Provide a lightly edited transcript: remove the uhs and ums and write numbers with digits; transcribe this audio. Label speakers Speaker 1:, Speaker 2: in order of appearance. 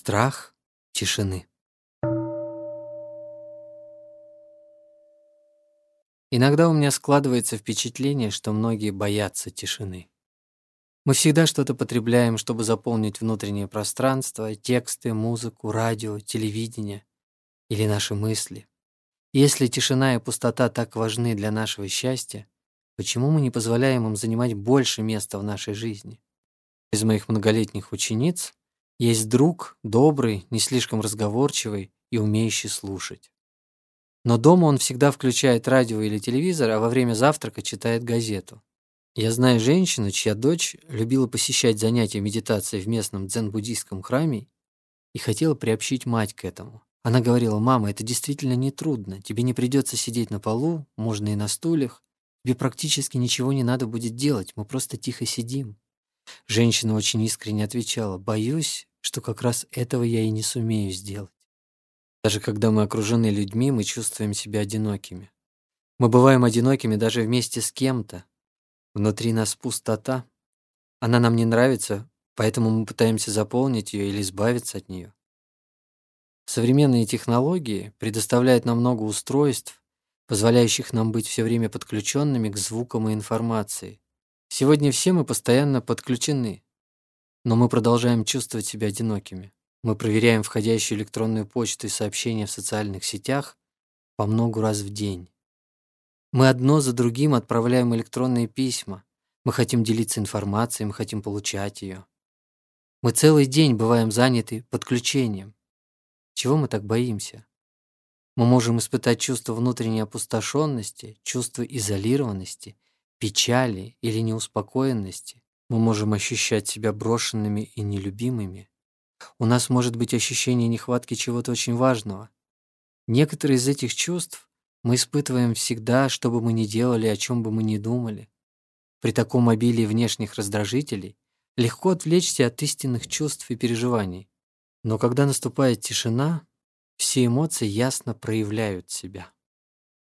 Speaker 1: Страх тишины. Иногда у меня складывается впечатление, что многие боятся тишины. Мы всегда что-то потребляем, чтобы заполнить внутреннее пространство, тексты, музыку, радио, телевидение или наши мысли. И если тишина и пустота так важны для нашего счастья, почему мы не позволяем им занимать больше места в нашей жизни? Из моих многолетних учениц есть друг, добрый, не слишком разговорчивый и умеющий слушать. Но дома он всегда включает радио или телевизор, а во время завтрака читает газету. Я знаю женщину, чья дочь любила посещать занятия медитацией в местном дзен-буддийском храме и хотела приобщить мать к этому. Она говорила: «Мама, это действительно не трудно, тебе не придется сидеть на полу, можно и на стульях, тебе практически ничего не надо будет делать, мы просто тихо сидим». Женщина очень искренне отвечала: «Боюсь, что как раз этого я и не сумею сделать». Даже когда мы окружены людьми, мы чувствуем себя одинокими. Мы бываем одинокими даже вместе с кем-то. Внутри нас пустота. Она нам не нравится, поэтому мы пытаемся заполнить ее или избавиться от нее. Современные технологии предоставляют нам много устройств, позволяющих нам быть все время подключенными к звукам и информации. Сегодня все мы постоянно подключены, но мы продолжаем чувствовать себя одинокими. Мы проверяем входящую электронную почту и сообщения в социальных сетях по много раз в день. Мы одно за другим отправляем электронные письма. Мы хотим делиться информацией, мы хотим получать ее. Мы целый день бываем заняты подключением. Чего мы так боимся? Мы можем испытать чувство внутренней опустошенности, чувство изолированности, печали или неуспокоенности. Мы можем ощущать себя брошенными и нелюбимыми. У нас может быть ощущение нехватки чего-то очень важного. Некоторые из этих чувств мы испытываем всегда, что бы мы ни делали, о чем бы мы ни думали. При таком обилии внешних раздражителей легко отвлечься от истинных чувств и переживаний. Но когда наступает тишина, все эмоции ясно проявляют себя.